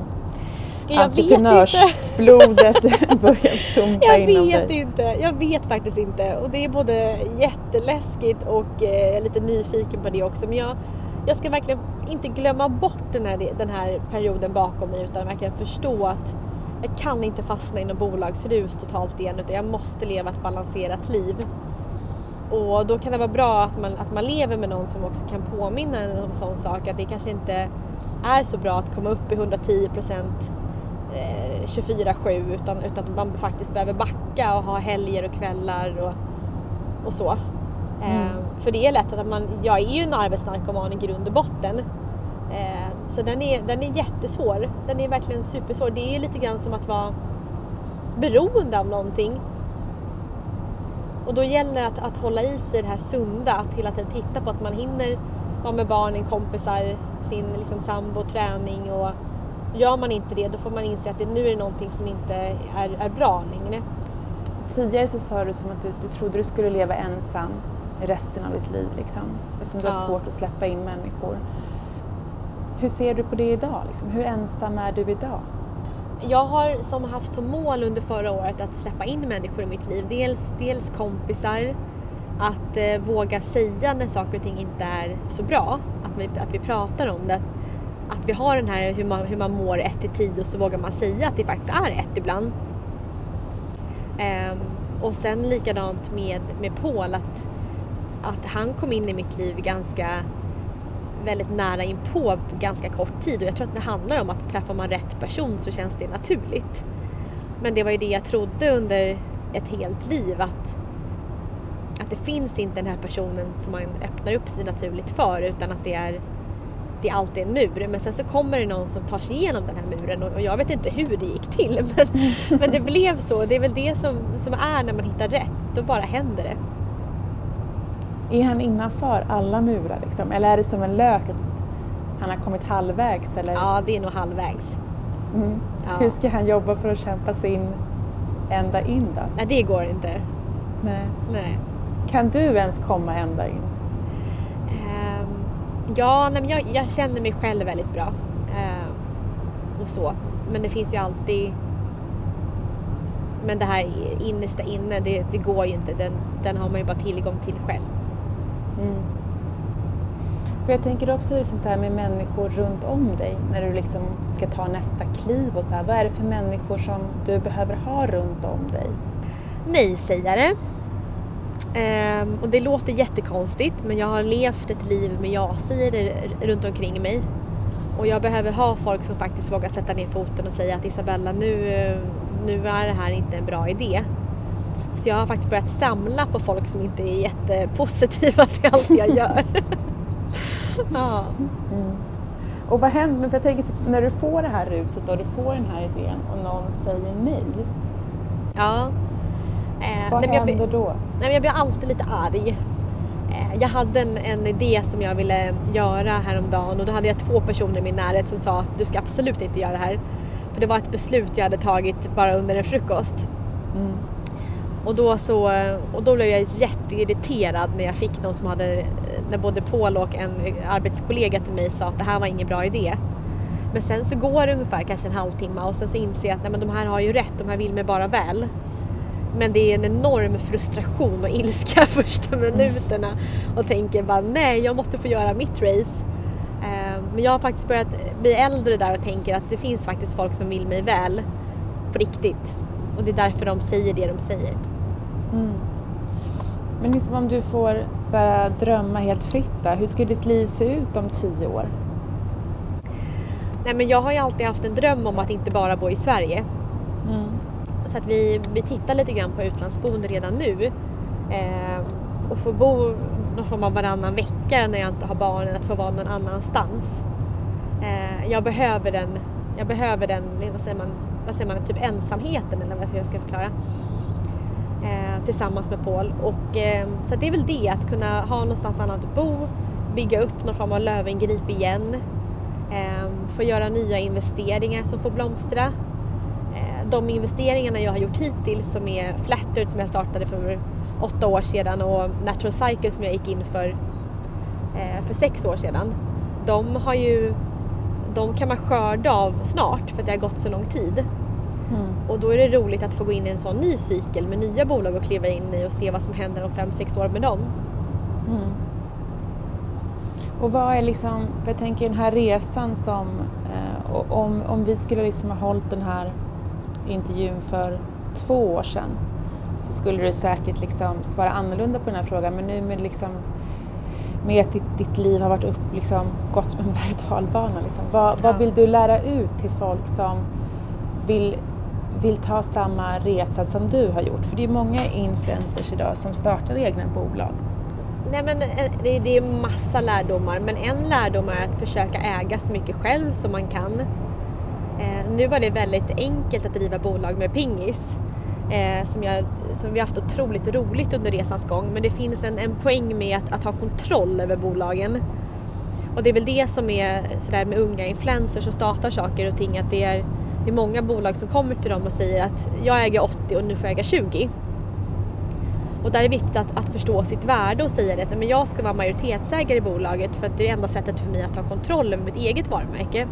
entreprenörsblodet börjar pumpa jag inom dig? Jag vet inte, jag vet faktiskt inte, och det är både jätteläskigt och eh, lite nyfiken på det också, men jag, jag ska verkligen inte glömma bort den här, den här perioden bakom mig, utan verkligen förstå att jag kan inte fastna i någon bolagsrus totalt igen, utan jag måste leva ett balanserat liv. Och då kan det vara bra att man, att man lever med någon som också kan påminna en om sån sak, att det kanske inte är så bra att komma upp i hundratio procent eh, tjugofyra sju, utan, utan att man faktiskt behöver backa och ha helger och kvällar och, och så. Mm. Eh, för det är lätt att man, jag är ju en arbetsnarkoman i grund och botten. Eh, så den är, den är jättesvår. Den är verkligen supersvår. Det är lite grann som att vara beroende av någonting. Och då gäller det att, att hålla i sig det här sunda, att hela tiden titta på att man hinner vara med barnen, kompisar, sin liksom sambo, träning, och gör man inte det, då får man inse att det, nu är det någonting som inte är, är bra längre. Tidigare så sa du som att du, du trodde du skulle leva ensam resten av ditt liv, liksom, eftersom du har Ja. svårt att släppa in människor. Hur ser du på det idag? Liksom? Hur ensam är du idag? Jag har som haft som mål under förra året att släppa in människor i mitt liv. Dels, dels kompisar, att eh, våga säga när saker och ting inte är så bra. Att vi, att vi pratar om det. Att vi har den här hur man, hur man mår ett i tid, och så vågar man säga att det faktiskt är ett ibland. Ehm, och sen likadant med, med Paul, att, att han kom in i mitt liv ganska väldigt nära in på ganska kort tid, och jag tror att det handlar om att träffar man rätt person så känns det naturligt. Men det var ju det jag trodde under ett helt liv, att, att det finns inte den här personen som man öppnar upp sig naturligt för, utan att det är, det är alltid en mur. Men sen så kommer det någon som tar sig igenom den här muren, och, och jag vet inte hur det gick till, men, men det blev så. Det är väl det som, som är när man hittar rätt, då bara händer det. Är han innanför alla murar liksom? Eller är det som en lök att han har kommit halvvägs? Eller? Ja, det är nog halvvägs. Mm. Ja. Hur ska han jobba för att kämpa sig in ända in då? Nej, det går inte. Nej. Nej. Kan du ens komma ända in? Um, ja, nej, men jag, jag känner mig själv väldigt bra. Um, och så. Men det finns ju alltid... Men det här innersta inne, det, det går ju inte. Den, den har man ju bara tillgång till själv. Mm. Och jag tänker också liksom så här med människor runt om dig när du liksom ska ta nästa kliv och så här, vad är det för människor som du behöver ha runt om dig? Nej-sägare. Um, och det låter jättekonstigt, men jag har levt ett liv med ja-sägare runt omkring mig. Och jag behöver ha folk som faktiskt vågar sätta ner foten och säga att Isabella, nu, nu är det här inte en bra idé. Så jag har faktiskt börjat samla på folk som inte är jättepositiva till allt jag gör. Ja. Mm. Och vad händer, för jag tänker när du får det här ruset och du får den här idén och någon säger nej. Ja. Eh, vad nej, händer jag, då? Nej, jag blir alltid lite arg. Eh, jag hade en, en idé som jag ville göra häromdagen, och då hade jag två personer i min närhet som sa att du ska absolut inte göra det här. För det var ett beslut jag hade tagit bara under en frukost. Mm. Och då, så, och då blev jag jätteirriterad när jag fick någon som hade, när både Paul och en arbetskollega till mig sa att det här var ingen bra idé. Men sen så går det ungefär kanske en halvtimme, och sen så inser jag att nej, men de här har ju rätt, de här vill mig bara väl. Men det är en enorm frustration och ilska första minuterna och tänker bara nej, jag måste få göra mitt race. Men jag har faktiskt börjat bli äldre där och tänker att det finns faktiskt folk som vill mig väl på riktigt. Och det är därför de säger det de säger. Mm. Men liksom om du får så här, drömma helt fritt där, hur skulle ditt liv se ut om tio år? Nej, men jag har ju alltid haft en dröm om att inte bara bo i Sverige. Mm. Så att vi, vi tittar lite grann på utlandsboende redan nu. Eh, och få bo någon form av varannan vecka när jag inte har barnen, att få vara någon annanstans. Eh, jag behöver den, jag behöver den, vad säger man, vad säger man, typ ensamheten eller vad jag ska förklara. Eh, tillsammans med Paul. Och, eh, så det är väl det, att kunna ha någonstans annat att bo, bygga upp någon form av Löwengrip igen. Eh, få göra nya investeringar som får blomstra. Eh, de investeringarna jag har gjort hittills, som är Flattered som jag startade för åtta år sedan och Natural Cycle som jag gick in för eh, för sex år sedan. De har ju de kan man skörda av snart för att det har gått så lång tid. Mm. Och då är det roligt att få gå in i en sån ny cykel med nya bolag och kliva in i och se vad som händer om fem, sex år med dem. Mm. Och vad är liksom, för jag tänker den här resan som, eh, om, om vi skulle liksom ha hållit den här intervjun för två år sedan, så skulle du säkert liksom svara annorlunda på den här frågan. Men nu med, liksom, med att ditt, ditt liv har varit upp, liksom, gått som en berg- och dalbana. Liksom. Vad, ja. vad vill du lära ut till folk som vill, vill ta samma resa som du har gjort? För det är många influencers idag som startar egna bolag. Nej, men det, det är massa lärdomar. Men en lärdom är att försöka äga så mycket själv som man kan. Eh, nu var det väldigt enkelt att driva bolag med pingis. Eh, som, jag, som vi har haft otroligt roligt under resans gång. Men det finns en, en poäng med att, att ha kontroll över bolagen. Och det är väl det som är sådär med unga influencers som startar saker och ting. Att det är, det är många bolag som kommer till dem och säger att jag äger åttio och nu får jag äga tjugo. Och där är det viktigt att, att förstå sitt värde och säga det. Men jag ska vara majoritetsägare i bolaget för att det är det enda sättet för mig att ha kontroll över mitt eget varumärke.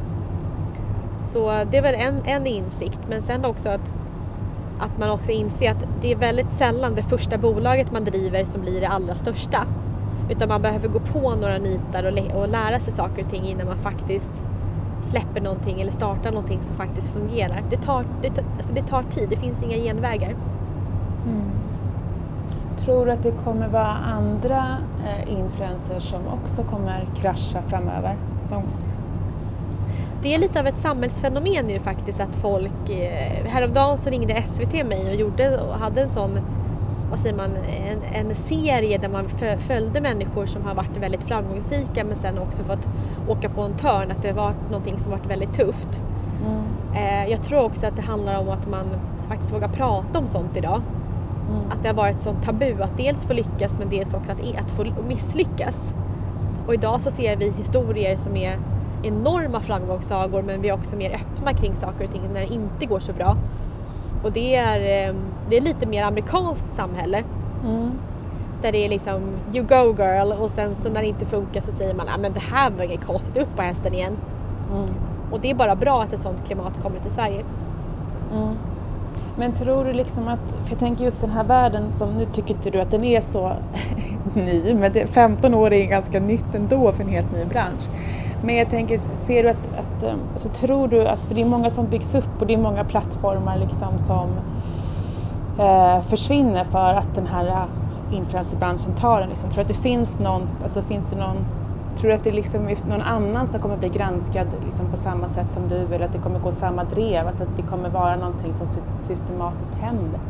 Så det är väl en, en insikt. Men sen också att Att man också inser att det är väldigt sällan det första bolaget man driver som blir det allra största. Utan man behöver gå på några nitar och, le- och lära sig saker och ting innan man faktiskt släpper någonting eller startar någonting som faktiskt fungerar. Det tar, det tar, alltså det tar tid, det finns inga genvägar. Mm. Tror du att det kommer vara andra eh, influencers som också kommer krascha framöver? Som... Det är lite av ett samhällsfenomen nu faktiskt att folk, eh, häromdagen så ringde S V T mig och gjorde och hade en sån, vad säger man, en, en serie där man följde människor som har varit väldigt framgångsrika men sen också fått åka på en törn, att det var någonting som varit väldigt tufft. Mm. Eh, jag tror också att det handlar om att man faktiskt vågar prata om sånt idag. Mm. Att det har varit sånt tabu att dels få lyckas men dels också att, att få misslyckas. Och idag så ser vi historier som är enorma framgångssagor, men vi är också mer öppna kring saker och ting när det inte går så bra. Och det är, det är lite mer amerikanskt samhälle. Mm. Där det är liksom you go girl, och sen så när det inte funkar så säger man ah, men det här var inget konstigt, upp på hästen igen. Mm. Och det är bara bra att ett sånt klimat kommer till Sverige. Mm. Men tror du liksom att, för jag tänker just den här världen som, nu tycker inte du att den är så ny, men det, femton år är ganska nytt ändå för en helt ny bransch. Men jag tänker, ser du att, att alltså, tror du att, för det är många som byggs upp och det är många plattformar liksom som eh, försvinner för att den här influencerbranschen tar den. Liksom. Tror du att det finns någon, alltså finns det någon, tror du att det liksom är någon annan som kommer bli granskad liksom, på samma sätt som du, eller att det kommer gå samma drev, alltså att det kommer vara någonting som systematiskt händer?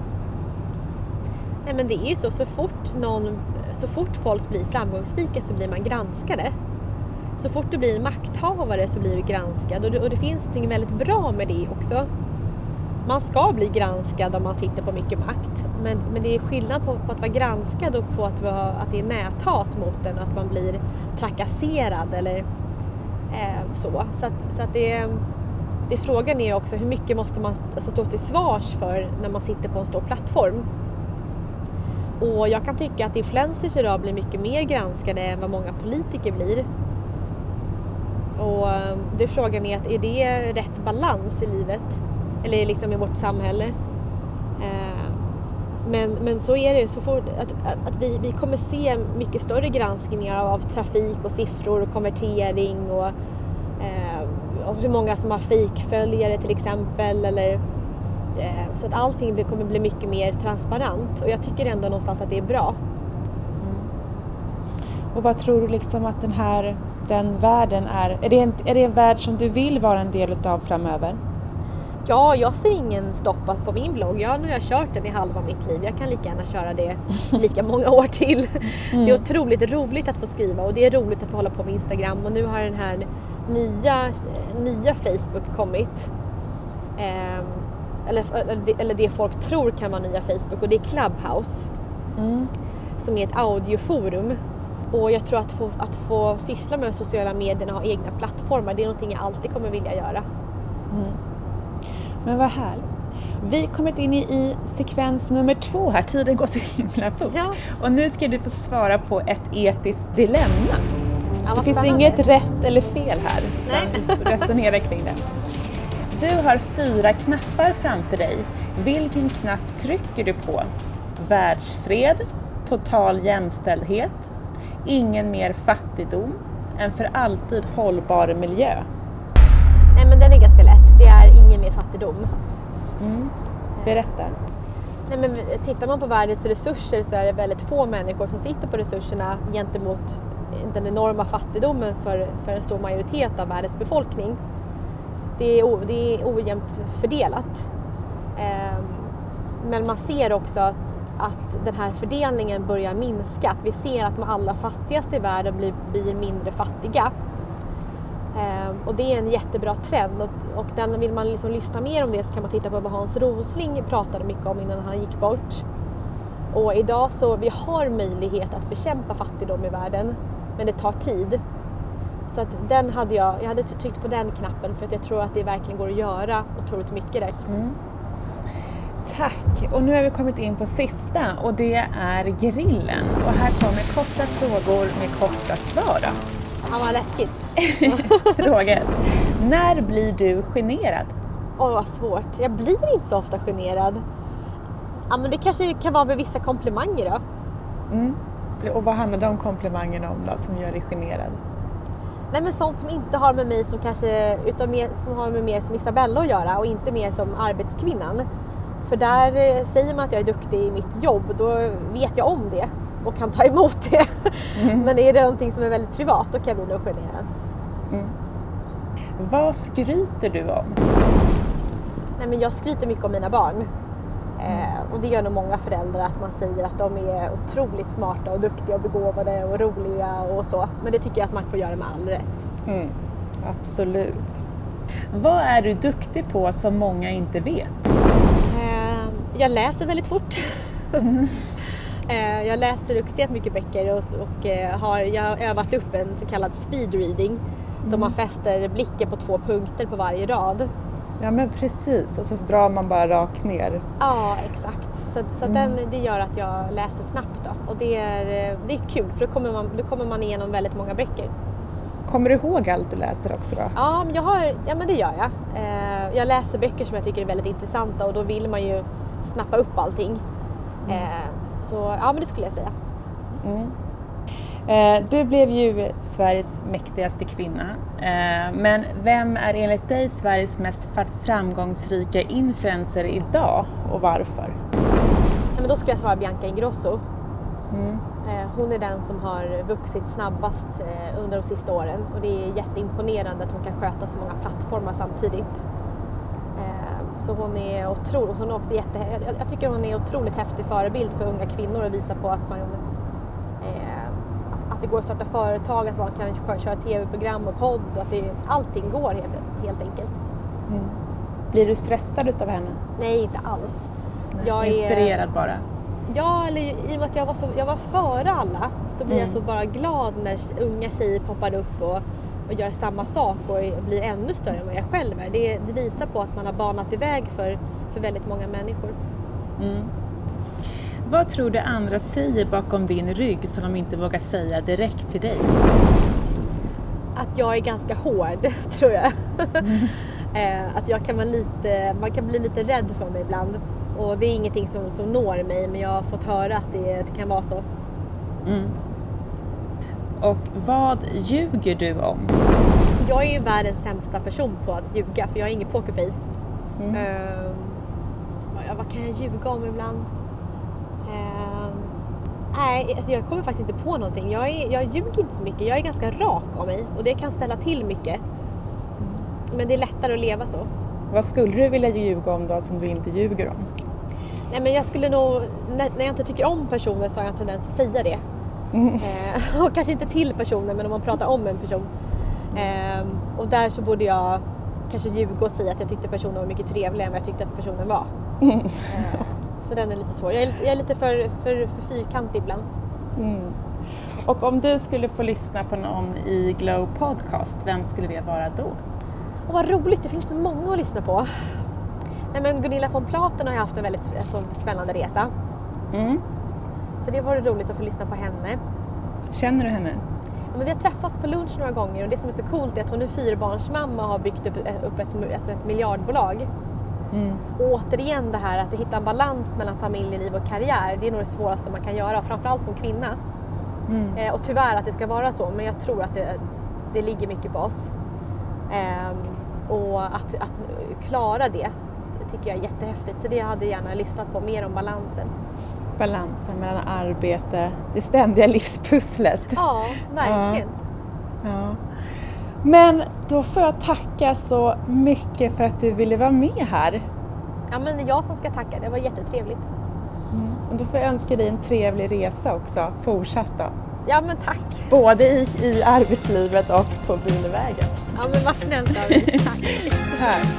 Nej, men det är ju så, så fort någon, så fort folk blir framgångsrika så blir man granskade. Så fort du blir en makthavare så blir du granskad. Och det, och det finns något väldigt bra med det också. Man ska bli granskad om man sitter på mycket makt. Men, men det är skillnad på, på att vara granskad och på att, vara, att det är näthat mot den. Och att man blir trakasserad eller eh, så. Så, att, så att det, det frågan är också hur mycket måste man alltså, stå till svars för när man sitter på en stor plattform. Och jag kan tycka att influencers idag blir mycket mer granskade än vad många politiker blir. Och det frågan är att är det rätt balans i livet? Eller liksom i vårt samhälle? Eh, Men, men så är det, så får, att, att vi, vi kommer se mycket större granskningar av, av trafik och siffror och konvertering och, eh, och hur många som har fejkföljare till exempel. Eller, eh, så att allting kommer bli mycket mer transparent och jag tycker ändå någonstans att det är bra. Mm. Och vad tror du liksom att den här den världen är? Är det, en, är det en värld som du vill vara en del av framöver? Ja, jag ser ingen stoppa på min blogg. Jag, nu har jag kört den i halva mitt liv. Jag kan lika gärna köra det lika många år till. Mm. Det är otroligt roligt att få skriva och det är roligt att få hålla på med Instagram. Och nu har den här nya, nya Facebook kommit. Eh, eller, eller, det, eller det folk tror kan vara nya Facebook och det är Clubhouse. Mm. Som är ett audioforum. Och jag tror att få, att få syssla med sociala medier och ha egna plattformar, det är någonting jag alltid kommer vilja göra. Mm. Men vad härligt. Vi har kommit in i, i sekvens nummer två här. Tiden går så himla fort. Ja. Och nu ska du få svara på ett etiskt dilemma. Ja, det finns spännande. Inget rätt eller fel här. Nej. Vi får resonera kring det. Du har fyra knappar framför dig. Vilken knapp trycker du på? Världsfred, total jämställdhet, ingen mer fattigdom, en för alltid hållbar miljö. Nej, men den är ganska lätt. Det är ingen mer fattigdom. Mm. Berätta. Nej, men tittar man på världens resurser så är det väldigt få människor som sitter på resurserna gentemot den enorma fattigdomen för, för en stor majoritet av världens befolkning. Det är, o, det är ojämnt fördelat. Eh, men man ser också att, att den här fördelningen börjar minska. Att vi ser att de allra fattigaste i världen blir, blir mindre fattiga. Och det är en jättebra trend och, och den vill man liksom lyssna mer om det så kan man titta på vad Hans Rosling pratade mycket om innan han gick bort. Och idag så vi har möjlighet att bekämpa fattigdom i världen men det tar tid. Så att den hade jag, jag hade tryckt på den knappen för att jag tror att det verkligen går att göra otroligt mycket där. Mm. Tack! Och nu har vi kommit in på sista och det är grillen. Och här kommer korta frågor med korta svar då. Ja, vad läskigt. Fråga. När blir du generad? Åh, vad svårt. Jag blir inte så ofta generad. Ja, men det kanske kan vara med vissa komplimanger då. Mm. Och vad handlar de komplimangerna om då som gör dig generad? Nej, men sånt som inte har med mig som kanske utan mer, som har med mer som Isabella att göra och inte mer som arbetskvinnan. För där säger man att jag är duktig i mitt jobb, då vet jag om det och kan ta emot det. Mm. Men är det någonting som är väldigt privat, då kan jag bli nog generad. Mm. Vad skryter du om? Nej, men jag skryter mycket om mina barn. Mm. Eh, och det gör nog många föräldrar, att man säger att de är otroligt smarta och duktiga och begåvade och roliga och så. Men det tycker jag att man får göra med all rätt. Mm. Absolut. Vad är du duktig på som många inte vet? Eh, jag läser väldigt fort. Mm. Jag läser extremt mycket böcker och, och har, jag har övat upp en så kallad speed reading. Mm. Då man fäster blicken på två punkter på varje rad. Ja, men precis. Och så drar man bara rakt ner. Ja, exakt. Så, så mm. den, det gör att jag läser snabbt då. Och det är, det är kul för då kommer, man, då kommer man igenom väldigt många böcker. Kommer du ihåg allt du läser också då? Ja, men, jag har, ja, men det gör jag. Jag läser böcker som jag tycker är väldigt intressanta och då vill man ju snappa upp allting. Mm. Så ja, men det skulle jag säga. Mm. Eh, du blev ju Sveriges mäktigaste kvinna. Eh, men vem är enligt dig Sveriges mest framgångsrika influencer idag och varför? Ja, men då skulle jag svara Bianca Ingrosso. Mm. Eh, hon är den som har vuxit snabbast eh, under de sista åren. Och det är jätteimponerande att hon kan sköta så många plattformar samtidigt. Så hon är otroligt, hon är också jätte, jag, jag tycker hon är otroligt häftig förebild för unga kvinnor och visar på att man eh, att det går att starta företag, att man kan köra tv-program och podd och att det, allting går helt, helt enkelt. Mm. Blir du stressad utav henne? Nej, inte alls. Nej, jag inspirerad är, bara? Ja, eller i och med att jag var, så, jag var före alla så blir mm. jag så bara glad när unga tjejer poppar upp och och gör samma sak och blir ännu större än vad jag själv är. Det, det visar på att man har banat iväg för, för väldigt många människor. Mm. Vad tror du andra säger bakom din rygg som de inte vågar säga direkt till dig? Att jag är ganska hård, tror jag. Mm. Att jag kan vara lite, man kan bli lite rädd för mig ibland. Och det är ingenting som, som når mig, men jag har fått höra att det, det kan vara så. Mm. Och vad ljuger du om? Jag är ju världens sämsta person på att ljuga, för jag har ingen pokerface. Mm. Uh, vad, vad kan jag ljuga om ibland? Uh, nej, alltså jag kommer faktiskt inte på någonting. Jag, är, jag ljuger inte så mycket. Jag är ganska rak av mig och det kan ställa till mycket. Men det är lättare att leva så. Vad skulle du vilja ljuga om då som du inte ljuger om? Nej, men jag skulle nog, när, när jag inte tycker om personer så har jag en tendens att säga det. Mm. Eh, och kanske inte till personer, men om man pratar om en person. Eh, och där så borde jag kanske ljuga och säga att jag tyckte personen var mycket trevligare än vad jag tyckte att personen var. Mm. Eh, så den är lite svår. Jag är, jag är lite för, för, för fyrkantig ibland. Mm. Och om du skulle få lyssna på någon i Glow Podcast, vem skulle det vara då? Och vad roligt, det finns så många att lyssna på. Nej, men Gunilla von Platen har ju haft en väldigt alltså, spännande resa. Mm. Så det var roligt att få lyssna på henne. Känner du henne? Ja, men vi har träffats på lunch några gånger och det som är så coolt är att hon är fyrbarnsmamma och har byggt upp, upp ett, alltså ett miljardbolag. Mm. Och återigen det här att hitta en balans mellan familjeliv och karriär, det är nog det svåraste man kan göra, framförallt som kvinna. Mm. Eh, och tyvärr att det ska vara så, men jag tror att det, det ligger mycket på oss. Eh, och att, att klara det tycker jag är jättehäftigt, så det hade jag gärna lyssnat på mer om balansen. Balansen mellan arbete, det ständiga livspusslet. Ja, verkligen. Ja. Ja. Men då får jag tacka så mycket för att du ville vara med här. Ja, men det är jag som ska tacka, det var jättetrevligt. Mm. Och då får jag önska dig en trevlig resa också, fortsatt då. Ja, men tack. Både i, i arbetslivet och på Brynevägen. Ja, men vad snällt av dig. Tack. Tack.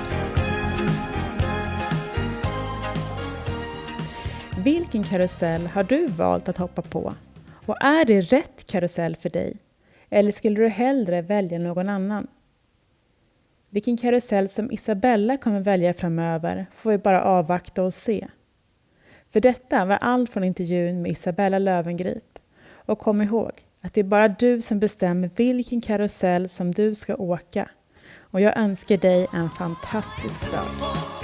Vilken karusell har du valt att hoppa på? Och är det rätt karusell för dig? Eller skulle du hellre välja någon annan? Vilken karusell som Isabella kommer välja framöver får vi bara avvakta och se. För detta var allt från intervjun med Isabella Löwengrip. Och kom ihåg att det är bara du som bestämmer vilken karusell som du ska åka. Och jag önskar dig en fantastisk dag.